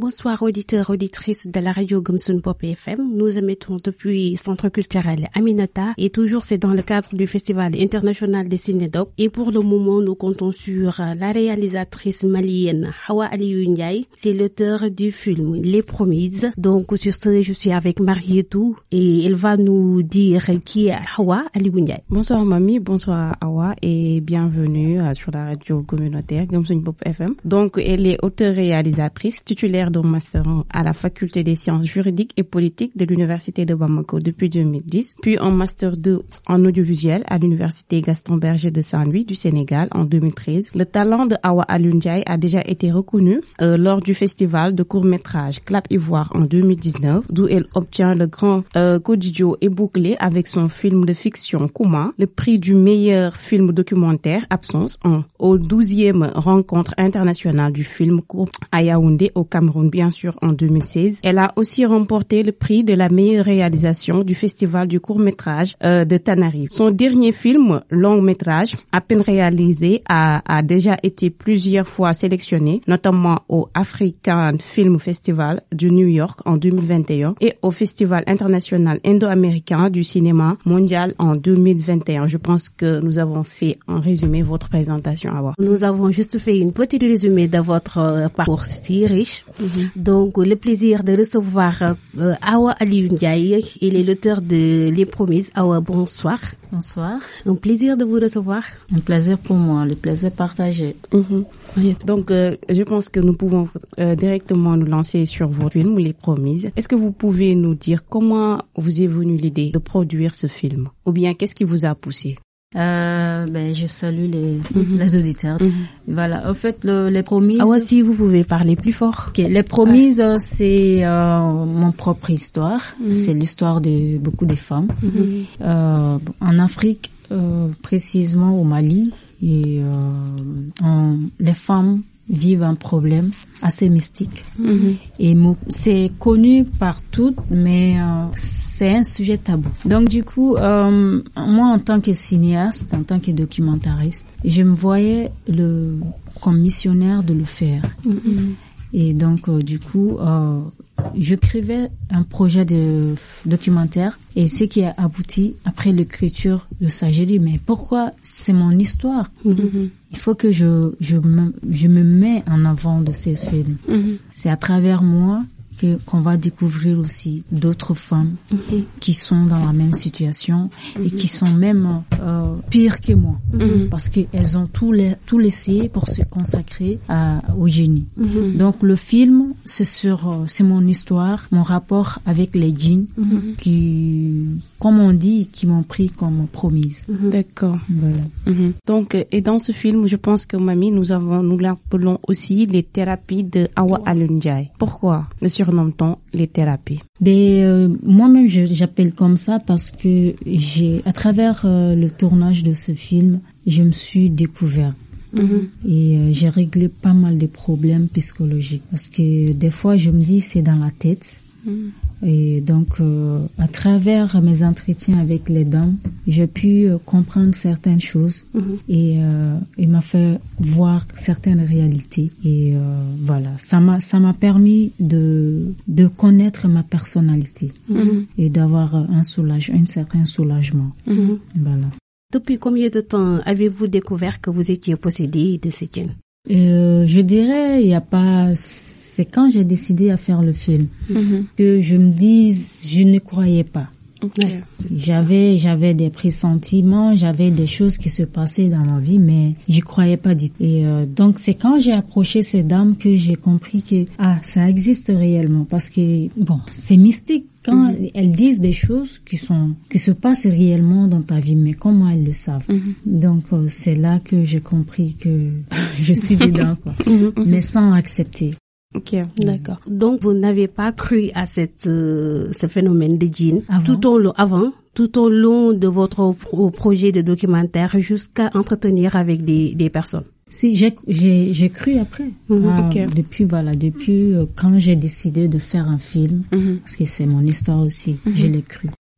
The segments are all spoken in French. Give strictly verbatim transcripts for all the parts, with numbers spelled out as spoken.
Bonsoir auditeurs, auditrices de la radio Gumsun Pop F M. Nous émettons depuis Centre culturel Aminata et toujours c'est dans le cadre du Festival international des Cinédocs. Et pour le moment, nous comptons sur la réalisatrice malienne Hawa Aliou Ndiaye. C'est l'auteur du film Les Promises. Donc sur ce, je suis avec Marietou et elle va nous dire qui est Hawa Aliou Ndiaye. Bonsoir Mami, bonsoir Hawa et bienvenue sur la radio communautaire Gumsun Pop F M. Donc elle est auteure-réalisatrice titulaire d'un master à la faculté des sciences juridiques et politiques de l'université de Bamako depuis deux mille dix, puis un master deux en audiovisuel à l'université Gaston Berger de Saint-Louis du Sénégal en deux mille treize. Le talent de Hawa Aliou Ndiaye a déjà été reconnu euh, lors du festival de court-métrage Clap Ivoire en deux mille dix-neuf, d'où elle obtient le grand euh, Codidio et bouclé avec son film de fiction Kouma, le prix du meilleur film documentaire Absence en au douzième rencontre internationale du film court à Yaoundé au Cameroun, bien sûr, en deux mille seize. Elle a aussi remporté le prix de la meilleure réalisation du festival du court-métrage euh, de Tanarive. Son dernier film, long-métrage, à peine réalisé, a, a déjà été plusieurs fois sélectionné, notamment au African Film Festival de New York en deux mille vingt et un et au Festival international indo-américain du cinéma mondial en deux mille vingt et un. Je pense que nous avons fait en résumé votre présentation. Hawa. Nous avons juste fait une petite résumé de votre euh, parcours si riche. Mm-hmm. Donc, le plaisir de recevoir euh, Hawa Aliou Ndiaye. Il est l'auteur de Les Promises. Hawa, bonsoir. Bonsoir. Un plaisir de vous recevoir. Un plaisir pour moi, le plaisir partagé. Mm-hmm. Donc, euh, je pense que nous pouvons euh, directement nous lancer sur votre film, Les Promises. Est-ce que vous pouvez nous dire comment vous est venue l'idée de produire ce film? Ou bien, qu'est-ce qui vous a poussé? Euh, ben, je salue les, mm-hmm. les auditeurs. Mm-hmm. Voilà. En fait, le, les promises. Ah ouais, si vous pouvez parler plus fort. Okay. Les promises, ah. c'est euh, mon propre histoire. Mm-hmm. C'est l'histoire de beaucoup de femmes. Mm-hmm. Euh, en Afrique, euh, précisément au Mali, et euh, on, les femmes vivent un problème assez mystique. Mm-hmm. Et c'est connu par toutes, mais euh, c'est un sujet tabou. Donc du coup, euh, moi en tant que cinéaste, en tant que documentariste, je me voyais le comme missionnaire de le faire. Mm-hmm. Et donc euh, du coup, euh, j'écrivais un projet de documentaire et ce qui a abouti après l'écriture de ça, j'ai dit mais pourquoi c'est mon histoire? Mm-hmm. Il faut que je je me, je me mets en avant de ces films. Mm-hmm. C'est à travers moi que qu'on va découvrir aussi d'autres femmes mm-hmm. qui sont dans la même situation mm-hmm. et qui sont même euh, pires que moi mm-hmm. parce que elles ont tout les, tout laissé pour se consacrer à, au génie. Mm-hmm. Donc le film c'est sur c'est mon histoire, mon rapport avec les djinns mm-hmm. qui comme on dit, qui m'ont pris comme promise. Mm-hmm. D'accord. Voilà. Mm-hmm. Donc, et dans ce film, je pense que Mami, nous avons, nous l'appelons aussi les thérapies de Hawa Aliou Ndiaye. Pourquoi le surnomme-t-on les thérapies? Ben, euh, moi-même, je, j'appelle comme ça parce que j'ai, à travers euh, le tournage de ce film, je me suis découvert. Mm-hmm. Et euh, j'ai réglé pas mal de problèmes psychologiques parce que des fois, je me dis, c'est dans la tête. Mm-hmm. Et donc, euh, à travers mes entretiens avec les dames, j'ai pu euh, comprendre certaines choses mm-hmm. et euh, il m'a fait voir certaines réalités. Et euh, voilà, ça m'a ça m'a permis de de connaître ma personnalité mm-hmm. et d'avoir un soulage, un certain soulagement. Mm-hmm. Voilà. Depuis combien de temps avez-vous découvert que vous étiez possédée de ce djinn? Euh, je dirais, il y a pas, c'est quand j'ai décidé à faire le film mm-hmm. que je me dis, je ne croyais pas. Okay. J'avais, j'avais des pressentiments, j'avais des choses qui se passaient dans ma vie, mais j'y croyais pas du tout. Et euh, donc c'est quand j'ai approché ces dames que j'ai compris que ah, ça existe réellement, parce que bon, c'est mystique. Quand mm-hmm. elles disent des choses qui sont qui se passent réellement dans ta vie, mais comment elles le savent? Mm-hmm. Donc euh, c'est là que j'ai compris que je suis dedans, quoi. Mm-hmm. Mais sans accepter. Ok, d'accord. Donc vous n'avez pas cru à cette euh, ce phénomène de djinn tout au long avant, tout au long de votre pro- projet de documentaire jusqu'à entretenir avec des des personnes. Si j'ai j'ai j'ai cru après. Mm-hmm. Ah, okay. Depuis voilà, depuis euh, quand j'ai décidé de faire un film, mm-hmm. parce que c'est mon histoire aussi, mm-hmm. je l'ai cru.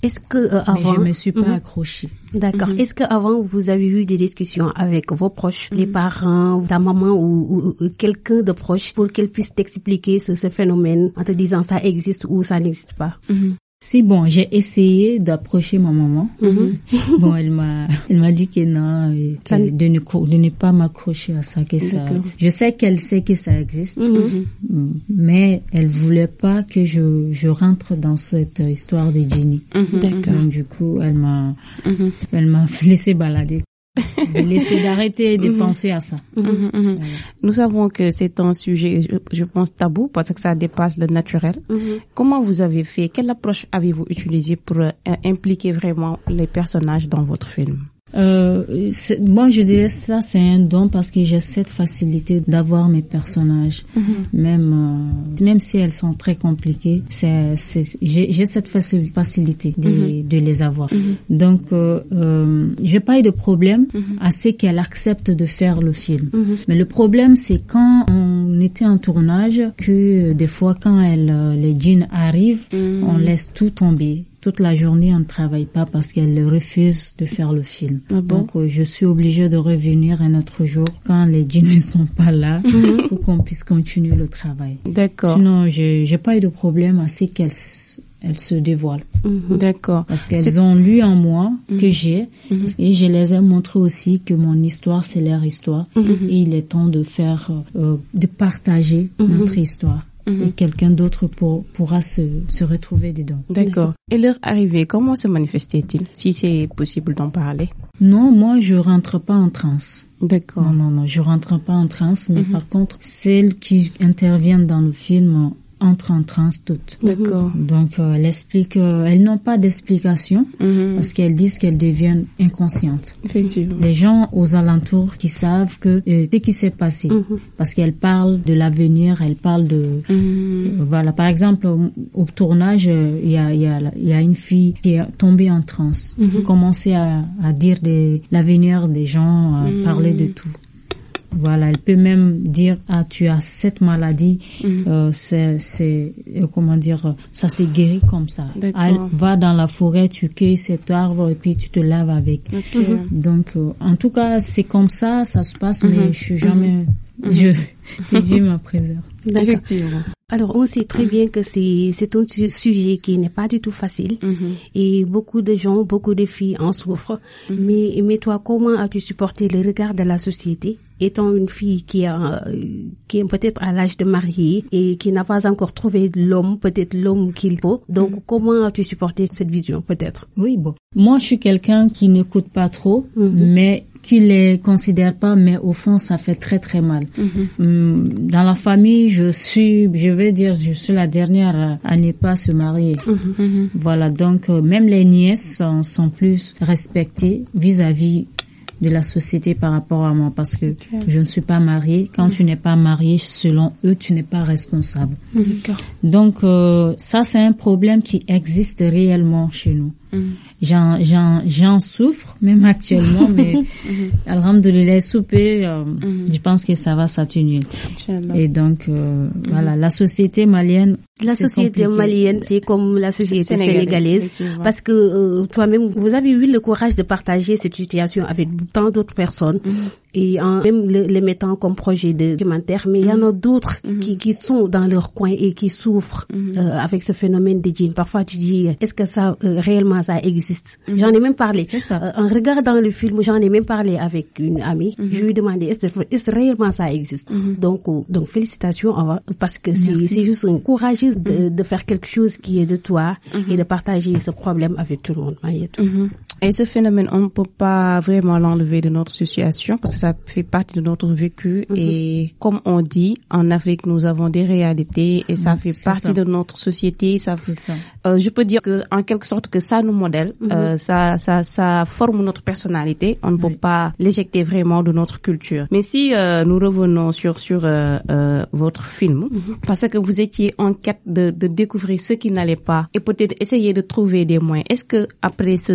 Est-ce que euh, avant... Mais je me suis pas mm-hmm. accrochée. D'accord. Mm-hmm. Est-ce que avant vous avez eu des discussions avec vos proches, mm-hmm. les parents, ta maman ou, ou, ou quelqu'un de proche pour qu'elle puisse t'expliquer ce, ce phénomène en te disant ça existe ou ça n'existe pas? Mm-hmm. Si bon, j'ai essayé d'approcher ma maman. Mm-hmm. Bon, elle m'a, elle m'a dit que non, et que de ne de ne pas m'accrocher à ça, que ça. Je sais qu'elle sait que ça existe, mm-hmm. mais elle voulait pas que je je rentre dans cette histoire de génie. Mm-hmm. D'accord. Donc, du coup, elle m'a, mm-hmm. elle m'a laissé balader. De laisser d'arrêter de mm-hmm. penser à ça. Mm-hmm. Mm-hmm. Voilà. Nous savons que c'est un sujet, je, je pense, tabou parce que ça dépasse le naturel. Mm-hmm. Comment vous avez fait? Quelle approche avez-vous utilisée pour euh, impliquer vraiment les personnages dans votre film? Euh, moi, je dirais ça, c'est un don parce que j'ai cette facilité d'avoir mes personnages, mm-hmm. même euh, même si elles sont très compliquées, c'est, c'est j'ai, j'ai cette facil, facilité de, mm-hmm. de les avoir. Mm-hmm. Donc, euh, euh, j'ai pas eu de problème mm-hmm. à ce qu'elle accepte de faire le film. Mm-hmm. Mais le problème, c'est quand on était en tournage que euh, des fois, quand elle, euh, les jeans arrivent, mm-hmm. on laisse tout tomber. Toute la journée, on ne travaille pas parce qu'elle refuse de faire le film. Ah bon? Donc, euh, je suis obligée de revenir un autre jour quand les jeans ne sont pas là mm-hmm. pour qu'on puisse continuer le travail. D'accord. Sinon, j'ai, j'ai pas eu de problème à ce qu'elle elle se dévoile. Mm-hmm. D'accord. Parce qu'elles c'est... ont lu en moi mm-hmm. que j'ai mm-hmm. et je les ai montré aussi que mon histoire, c'est leur histoire mm-hmm. et il est temps de faire, euh, de partager mm-hmm. notre histoire. Mm-hmm. Et quelqu'un d'autre pour, pourra se, se retrouver dedans. D'accord. Et leur arrivée, comment se manifestait-il, si c'est possible d'en parler? Non, moi, je rentre pas en transe. D'accord. Non, non, non, je rentre pas en transe, mais mm-hmm. par contre, celles qui interviennent dans le film entrent en transe toutes. D'accord. Donc, euh, elle explique, euh, elles n'ont pas d'explication mm-hmm. parce qu'elles disent qu'elles deviennent inconscientes. Effectivement. Les gens aux alentours qui savent que euh, ce qui s'est passé, mm-hmm. parce qu'elles parlent de l'avenir, elles parlent de, mm-hmm. euh, voilà, par exemple, au, au tournage, il euh, y a, il y a, il y a une fille qui est tombée en transe, mm-hmm. commençait à, à dire de l'avenir des gens, à mm-hmm. parler de tout. Voilà, elle peut même dire ah tu as cette maladie, mm-hmm. euh, c'est c'est euh, comment dire ça s'est guéri comme ça. Elle va dans la forêt, tu cueilles cet arbre et puis tu te laves avec. Okay. Donc euh, en tout cas c'est comme ça, ça se passe, mm-hmm. mais je suis jamais mm-hmm. je je vis ma préserve. Effectivement. Alors, on sait très bien que c'est, c'est un sujet qui n'est pas du tout facile. Mm-hmm. Et beaucoup de gens, beaucoup de filles en souffrent. Mm-hmm. Mais, mais toi, comment as-tu supporté le regard de la société, étant une fille qui a, qui est peut-être à l'âge de marier et qui n'a pas encore trouvé l'homme, peut-être l'homme qu'il faut. Donc, mm-hmm. comment as-tu supporté cette vision, peut-être? Oui, bon. Moi, je suis quelqu'un qui n'écoute pas trop, mm-hmm. mais qui les considère pas, mais au fond, ça fait très, très mal. Mm-hmm. Dans la famille, je suis, je vais dire, je suis la dernière à, à ne pas se marier. Mm-hmm. Voilà, donc, euh, même les nièces sont, sont plus respectées vis-à-vis de la société par rapport à moi, parce que okay. je ne suis pas mariée. Quand mm-hmm. tu n'es pas mariée, selon eux, tu n'es pas responsable. Mm-hmm. Donc, euh, ça, c'est un problème qui existe réellement chez nous. Mm-hmm. J'en, j'en, j'en souffre, même actuellement, mais mm-hmm. alhamdoulilah, souper, euh, mm-hmm. je pense que ça va s'atténuer. Et donc, euh, mm-hmm. voilà, la société malienne, La société compliqué. malienne, c'est comme la société sénégalaise, parce que euh, toi-même, vous avez eu le courage de partager cette situation avec tant d'autres personnes, mm-hmm. et en même le, les mettant comme projet de documentaire, mais il mm-hmm. y en a d'autres mm-hmm. qui, qui sont dans leur coin et qui souffrent mm-hmm. euh, avec ce phénomène de djinn. Parfois, tu dis, est-ce que ça euh, réellement ça existe? Mm-hmm. J'en ai même parlé. C'est ça. Euh, en regardant le film, j'en ai même parlé avec une amie. Mm-hmm. Je lui ai demandé, est-ce que, est-ce que réellement ça existe? Mm-hmm. Donc, euh, donc félicitations, parce que c'est, c'est juste un courage de, mm-hmm. de faire quelque chose qui est de toi mm-hmm. et de partager ce problème avec tout le monde. Mm-hmm. Et ce phénomène, on ne peut pas vraiment l'enlever de notre situation parce que ça fait partie de notre vécu. Mm-hmm. Et comme on dit, en Afrique, nous avons des réalités et ça mm-hmm. fait c'est partie ça. de notre société. Ça, c'est ça. Euh, je peux dire que, en quelque sorte, que ça nous modèle, mm-hmm. euh, ça, ça, ça forme notre personnalité. On ne peut oui. pas l'éjecter vraiment de notre culture. Mais si euh, nous revenons sur sur euh, euh, votre film, mm-hmm. parce que vous étiez en quête de, de découvrir ce qui n'allait pas et peut-être essayer de trouver des moyens. Est-ce que après ce film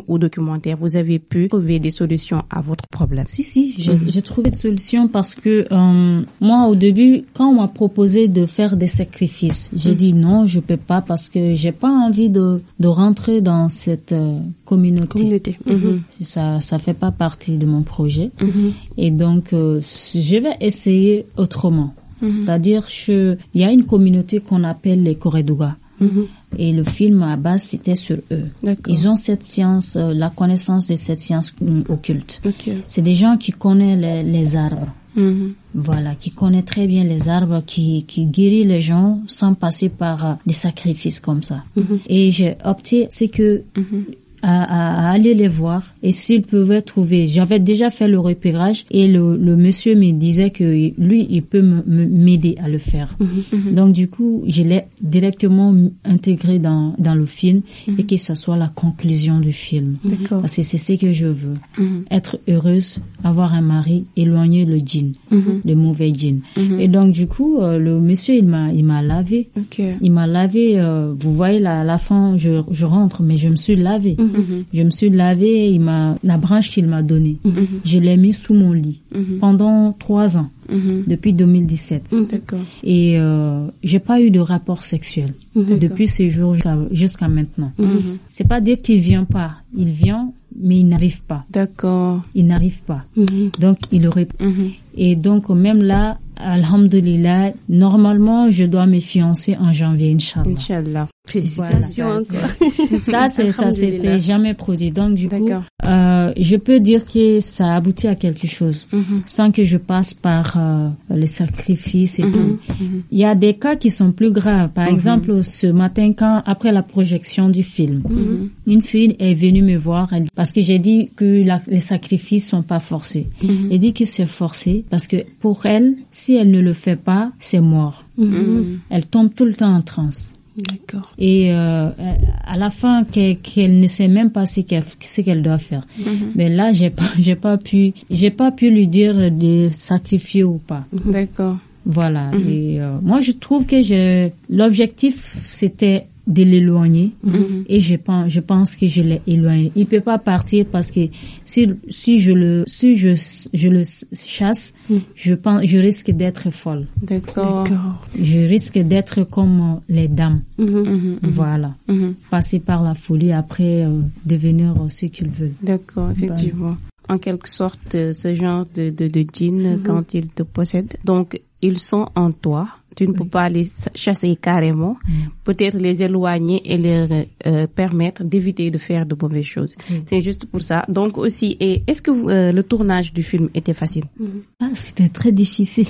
ou documentaire, vous avez pu trouver des solutions à votre problème? Si, si, j'ai, mm-hmm. j'ai trouvé des solutions parce que euh, moi, au début, quand on m'a proposé de faire des sacrifices, j'ai mm-hmm. dit non, je peux pas parce que j'ai pas envie de, de rentrer dans cette euh, communauté. communauté. Mm-hmm. Ça, ça fait pas partie de mon projet. Mm-hmm. Et donc, euh, je vais essayer autrement. Mm-hmm. C'est-à-dire, je, il y a une communauté qu'on appelle les Koredouga. Mm-hmm. Et le film à base c'était sur eux. D'accord. Ils ont cette science, euh, la connaissance de cette science euh, occulte. Okay. C'est des gens qui connaissent les, les arbres. Mm-hmm. Voilà, qui connaissent très bien les arbres, qui qui guérit les gens sans passer par euh, des sacrifices comme ça. Mm-hmm. Et j'ai opté, c'est que mm-hmm. À, à aller les voir et s'ils pouvaient trouver. J'avais déjà fait le repérage et le, le monsieur me disait que lui, il peut me, me, m'aider à le faire. Mm-hmm. Donc du coup, je l'ai directement intégré dans dans le film mm-hmm. et que ça soit la conclusion du film. D'accord. Parce que c'est ce que je veux. Mm-hmm. Être heureuse, avoir un mari, éloigner le djinn, mm-hmm. le mauvais djinn. Mm-hmm. Et donc du coup, euh, le monsieur, il m'a il m'a lavé. Okay. Il m'a lavé. Euh, vous voyez là, à la fin, je je rentre, mais je me suis lavé. Mm-hmm. Mm-hmm. Je me suis lavé, il m'a la branche qu'il m'a donnée. Mm-hmm. Je l'ai mis sous mon lit mm-hmm. pendant trois ans, mm-hmm. depuis deux mille dix-sept. Mm-hmm. D'accord. Et euh, j'ai pas eu de rapport sexuel mm-hmm. depuis ce jour jusqu'à, jusqu'à maintenant. Mm-hmm. C'est pas dire qu'il vient pas, il vient, mais il n'arrive pas. D'accord. Il n'arrive pas. Mm-hmm. Donc il aurait. Mm-hmm. Et donc même là, alhamdulillah, normalement je dois me fiancer en janvier, Inch'Allah. Inch'Allah. Félicitations voilà, encore. Ça, c'est, ça s'était jamais produit. Donc, du D'accord. coup, euh, je peux dire que ça aboutit à quelque chose, mm-hmm. sans que je passe par euh, les sacrifices et mm-hmm. tout. Mm-hmm. Il y a des cas qui sont plus graves. Par mm-hmm. exemple, ce matin, quand après la projection du film, mm-hmm. une fille est venue me voir elle, parce que j'ai dit que la, les sacrifices sont pas forcés. Mm-hmm. Elle dit que c'est forcé parce que pour elle, si elle ne le fait pas, c'est mort. Mm-hmm. Elle tombe tout le temps en transe. D'accord. Et euh, à la fin qu'elle, qu'elle ne sait même pas ce qu'elle, ce qu'elle doit faire. Mm-hmm. Mais là j'ai pas j'ai pas pu j'ai pas pu lui dire de sacrifier ou pas. D'accord. Voilà. Mm-hmm. Et euh, moi je trouve que je l'objectif c'était de l'éloigner mm-hmm. et je pense je pense que je l'ai éloigné. Il peut pas partir parce que si si je le si je je le chasse, mm. je pense je risque d'être folle. D'accord. D'accord. Je risque d'être comme les dames. Mm-hmm. Mm-hmm. Voilà. Mm-hmm. Passer par la folie après euh, devenir ce qu'ils veulent. D'accord, effectivement. Voilà. En quelque sorte, ce genre de de, de djinn mm-hmm. quand ils te possèdent, donc ils sont en toi. Tu ne peux oui. pas les chasser carrément, mmh. peut-être les éloigner et leur euh, permettre d'éviter de faire de mauvaises choses. Mmh. C'est juste pour ça. Donc aussi, et est-ce que euh, le tournage du film était facile? mmh. Ah, c'était très difficile.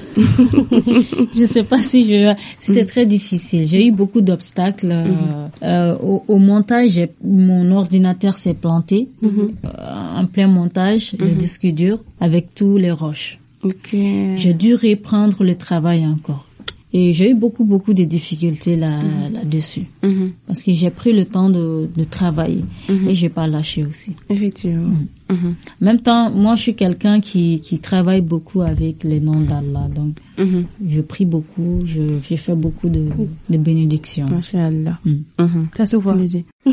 Je sais pas si je... C'était mmh. très difficile. J'ai eu beaucoup d'obstacles. Mmh. Euh, euh, au, au montage, mon ordinateur s'est planté mmh. euh, en plein montage, mmh. le disque dur, avec tous les roches. Okay. J'ai dû reprendre le travail encore. Et j'ai eu beaucoup, beaucoup de difficultés là, mmh. là-dessus. Mmh. Parce que j'ai pris le temps de, de travailler. Mmh. Et j'ai pas lâché aussi. Effectivement. Mmh. Mmh. En même temps, moi, je suis quelqu'un qui, qui travaille beaucoup avec les noms d'Allah. Donc, mmh. je prie beaucoup, je, je fais beaucoup de, de bénédictions. Masha'Allah. Mmh. Mmh. Ça se voit.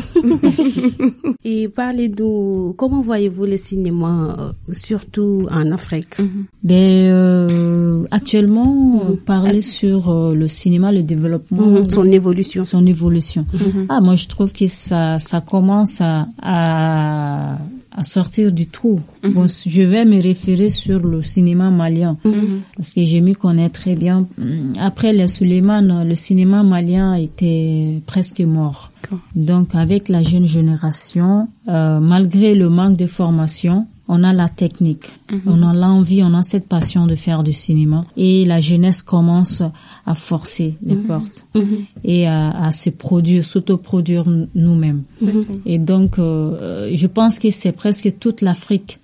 Et parlez-nous, comment voyez-vous le cinéma, euh, surtout en Afrique? Mmh. Ben, euh, actuellement, mmh. parler ah. sur euh, le cinéma, le développement, mmh. son évolution, son évolution. Mmh. Ah, moi, je trouve que ça, ça commence à, à à sortir du trou. Mm-hmm. Bon, je vais me référer sur le cinéma malien, mm-hmm. parce que je m'y connais très bien. Après les Suleiman, le cinéma malien était presque mort. Cool. Donc, avec la jeune génération, euh, malgré le manque de formation, on a la technique, mm-hmm. on a l'envie, on a cette passion de faire du cinéma, et la jeunesse commence à forcer les mm-hmm. portes mm-hmm. et à, à se produire, s'autoproduire nous-mêmes. Mm-hmm. Et donc, euh, je pense que c'est presque toute l'Afrique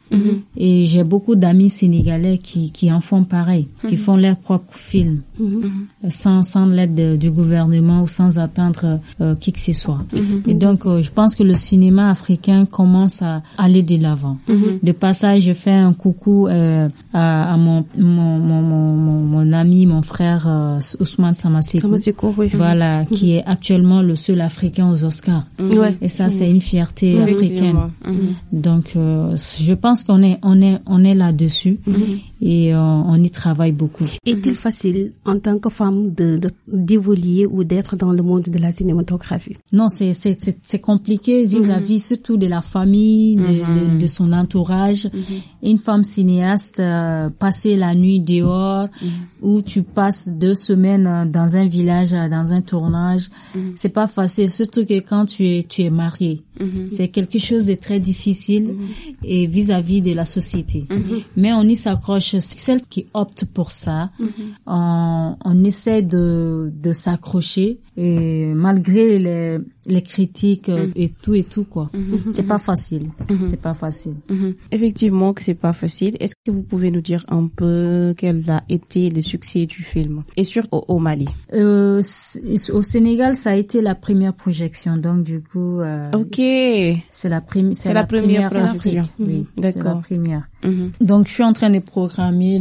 Mm-hmm. Et j'ai beaucoup d'amis sénégalais qui, qui en font pareil, mm-hmm. qui font leurs propres films, mm-hmm. sans, sans l'aide de, du gouvernement ou sans attendre euh, qui que ce soit. Mm-hmm. Et donc, euh, je pense que le cinéma africain commence à aller de l'avant. Mm-hmm. De passage, je fais un coucou euh, à, à mon, mon, mon, mon, mon ami, mon frère euh, Ousmane Samasekou, Samasekou oui. voilà, mm-hmm. qui est actuellement le seul Africain aux Oscars. Mm-hmm. Ouais. Et ça, mm-hmm. c'est une fierté mm-hmm. africaine. Mm-hmm. Donc, euh, je pense qu'on est, on est, on est là-dessus mm-hmm. et euh, on y travaille beaucoup. Est-il facile en tant que femme de, de d'évoluer ou d'être dans le monde de la cinématographie? Non, c'est c'est c'est, c'est compliqué vis-à-vis mm-hmm. surtout de la famille, de, mm-hmm. de, de son entourage. Mm-hmm. Une femme cinéaste, euh, passer la nuit dehors, mm-hmm. où tu passes deux semaines dans un village, dans un tournage, mm-hmm. c'est pas facile. Surtout que quand tu es tu es marié, mm-hmm. c'est quelque chose de très difficile mm-hmm. et vis-à-vis de la société. Mm-hmm. Mais on y s'accroche. Celles qui optent pour ça, mm-hmm. on, on essaie de de s'accrocher et malgré les les critiques mm-hmm. et tout et tout quoi. Mm-hmm. C'est pas facile. Mm-hmm. C'est pas facile. Mm-hmm. Effectivement que c'est pas facile. Est-ce que vous pouvez nous dire un peu quel a été le succès du film et surtout au, au Mali? Euh, au Sénégal, ça a été la première projection, donc du coup. Euh, ok. C'est la, prim- c'est c'est la, la première, première projection. Mm-hmm. Oui, d'accord. C'est la première. Mm-hmm. Donc je suis en train de programmer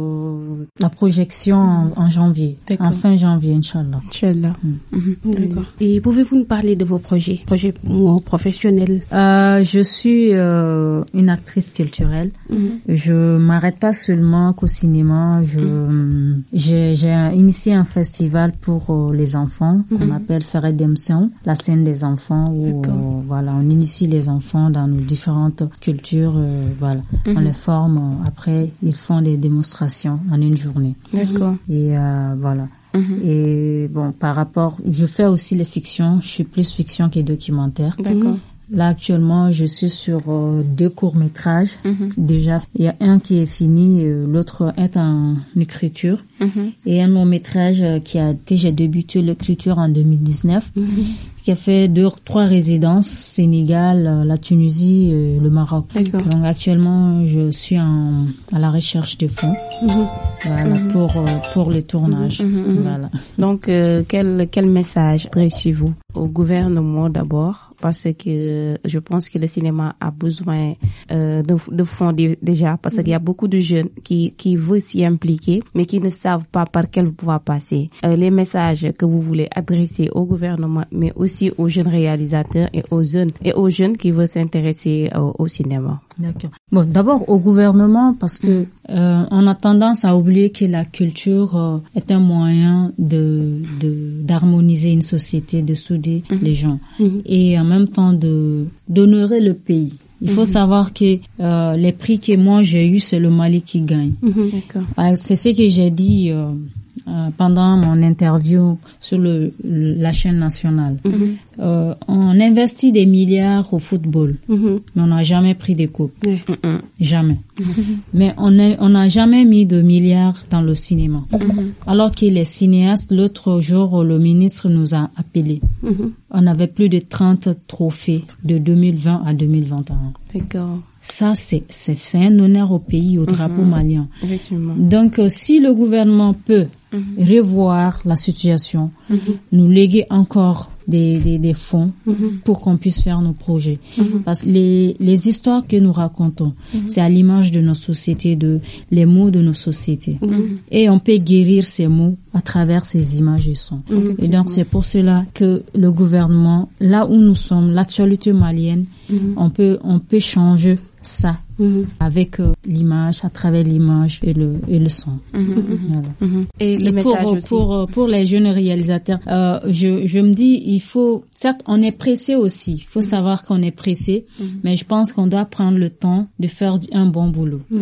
le la projection en, en janvier, d'accord. En fin janvier, Inch'Allah. Inch'Allah. Mm. Mm-hmm. D'accord. Et pouvez-vous nous parler de vos projets, projets professionnels? Euh, je suis euh, une actrice culturelle. Mm-hmm. Je m'arrête pas seulement qu'au cinéma. Je mm-hmm. j'ai, j'ai initié un festival pour euh, les enfants mm-hmm. qu'on appelle Feredemson, la scène des enfants où euh, voilà on initie les enfants dans nos différentes cultures. Euh, voilà, mm-hmm. on les forme. Après, ils font des démonstrations en une journée. D'accord. Et euh, voilà. Mm-hmm. Et bon, par rapport, je fais aussi les fictions. Je suis plus fiction que documentaire. D'accord. Là, actuellement, je suis sur euh, deux courts-métrages. Mm-hmm. Déjà, il y a un qui est fini, euh, l'autre est en écriture. Mm-hmm. Et un long-métrage euh, qui a, que j'ai débuté l'écriture en deux mille dix-neuf. Mm-hmm. Qui a fait deux, trois résidences, Sénégal, la Tunisie et le Maroc. D'accord. Donc actuellement, je suis en, à la recherche de fonds, mm-hmm. voilà, mm-hmm. pour pour le tournage. Mm-hmm. Voilà. Donc euh, quel quel message adressez-vous au gouvernement d'abord, parce que je pense que le cinéma a besoin euh, de, de fonds d- déjà, parce mm-hmm. qu'il y a beaucoup de jeunes qui qui veulent s'y impliquer, mais qui ne savent pas par quelle voie passer. Euh, les messages que vous voulez adresser au gouvernement, mais aussi aussi aux jeunes réalisateurs et aux jeunes et aux jeunes qui veulent s'intéresser au, au cinéma. D'accord. Bon, d'abord au gouvernement, parce que euh, on a tendance à oublier que la culture euh, est un moyen de, de d'harmoniser une société, de souder mm-hmm. les gens mm-hmm. et en même temps de d'honorer le pays. Il faut mm-hmm. savoir que euh, les prix que moi j'ai eu, c'est le Mali qui gagne. Mm-hmm. D'accord. Alors, c'est ce que j'ai dit euh, euh, pendant mon interview sur le, la chaîne nationale. Mm-hmm. Euh, on investit des milliards au football, mm-hmm. mais on n'a jamais pris des coupes. Mm-hmm. Jamais. Mm-hmm. Mais on n'a on a jamais mis de milliards dans le cinéma. Mm-hmm. Alors que les cinéastes, l'autre jour, le ministre nous a appelés. Mm-hmm. On avait plus de trente trophées de deux mille vingt à deux mille vingt et un. D'accord. Ça, c'est, c'est, c'est un honneur au pays, au drapeau mm-hmm. malien. Effectivement. Donc, euh, si le gouvernement peut mm-hmm. revoir la situation, mm-hmm. nous léguer encore des, des, des fonds mm-hmm. pour qu'on puisse faire nos projets. Mm-hmm. Parce que les, les histoires que nous racontons, mm-hmm. c'est à l'image de nos sociétés, de les mots de nos sociétés. Mm-hmm. Et on peut guérir ces mots à travers ces images et sons. Mm-hmm. Et donc, c'est pour cela que le gouvernement, là où nous sommes, l'actualité malienne, mm-hmm. on peut, on peut changer ça mm-hmm. avec euh, l'image, à travers l'image et le et le son. Mm-hmm. Voilà. Mm-hmm. Et, et le pour, message aussi. Pour pour les jeunes réalisateurs, euh, je je me dis, il faut, certes, on est pressé aussi. Il faut mm-hmm. savoir qu'on est pressé, mm-hmm. mais je pense qu'on doit prendre le temps de faire un bon boulot. Mm-hmm.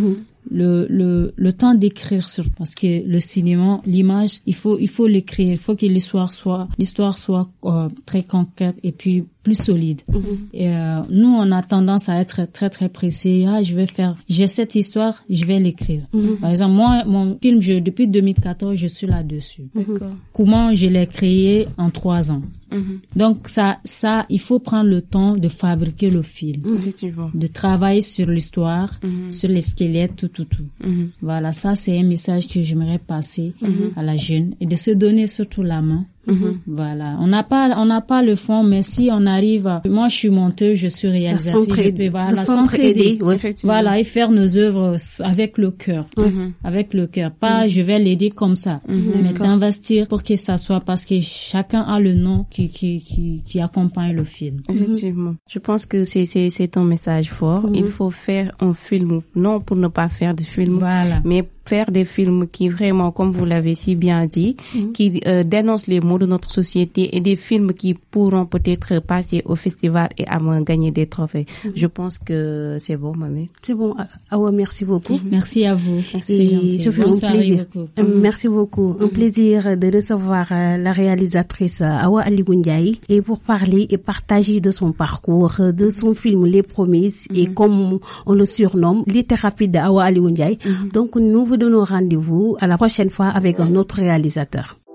le le le temps d'écrire sur, parce que le cinéma, l'image, il faut il faut l'écrire, il faut que l'histoire soit l'histoire soit euh, très concrète et puis plus solide. Mm-hmm. Et euh, nous, on a tendance à être très très pressé. Ah, je vais faire, j'ai cette histoire, je vais l'écrire. Mm-hmm. Par exemple, moi, mon film, je, depuis deux mille quatorze, je suis là-dessus. D'accord. Comment je l'ai créé en trois ans. Mm-hmm. Donc ça, ça, il faut prendre le temps de fabriquer le film, Effectivement. de travailler sur l'histoire, Mm-hmm. sur les squelettes, tout, tout, tout. Mm-hmm. Voilà, ça, c'est un message que j'aimerais passer Mm-hmm. à la jeune et de se donner surtout la main. Mm-hmm. Voilà, on n'a pas, on n'a pas le fond, mais si on arrive, à, moi je suis monteuse, je suis réalisatrice, je peux, voilà, s'entraider, oui, effectivement. Voilà, et faire nos œuvres avec le cœur, Mm-hmm. avec le cœur. Pas, mm-hmm. je vais l'aider comme ça, Mm-hmm. mais d'investir pour que ça soit, parce que chacun a le nom qui qui qui, qui accompagne le film. Effectivement, mm-hmm. je pense que c'est c'est c'est un message fort. Mm-hmm. Il faut faire un film, non pour ne pas faire de film, voilà. mais faire des films qui vraiment, comme vous l'avez si bien dit, mm-hmm. qui euh, dénoncent les maux de notre société, et des films qui pourront peut-être passer au festival et à gagner des trophées. Mm-hmm. Je pense que c'est bon, mamie. C'est bon. Awa, merci beaucoup. Mm-hmm. Merci à vous. Et ce fut un plaisir. Mm-hmm. Merci beaucoup. Mm-hmm. Un plaisir de recevoir la réalisatrice Awa Aliou Ndiaye et pour parler et partager de son parcours, de son film Les Promises, mm-hmm. et comme on le surnomme, les thérapies d'Awa Aliou Ndiaye. Mm-hmm. Donc nous vous donnons rendez-vous à la prochaine fois avec un autre réalisateur.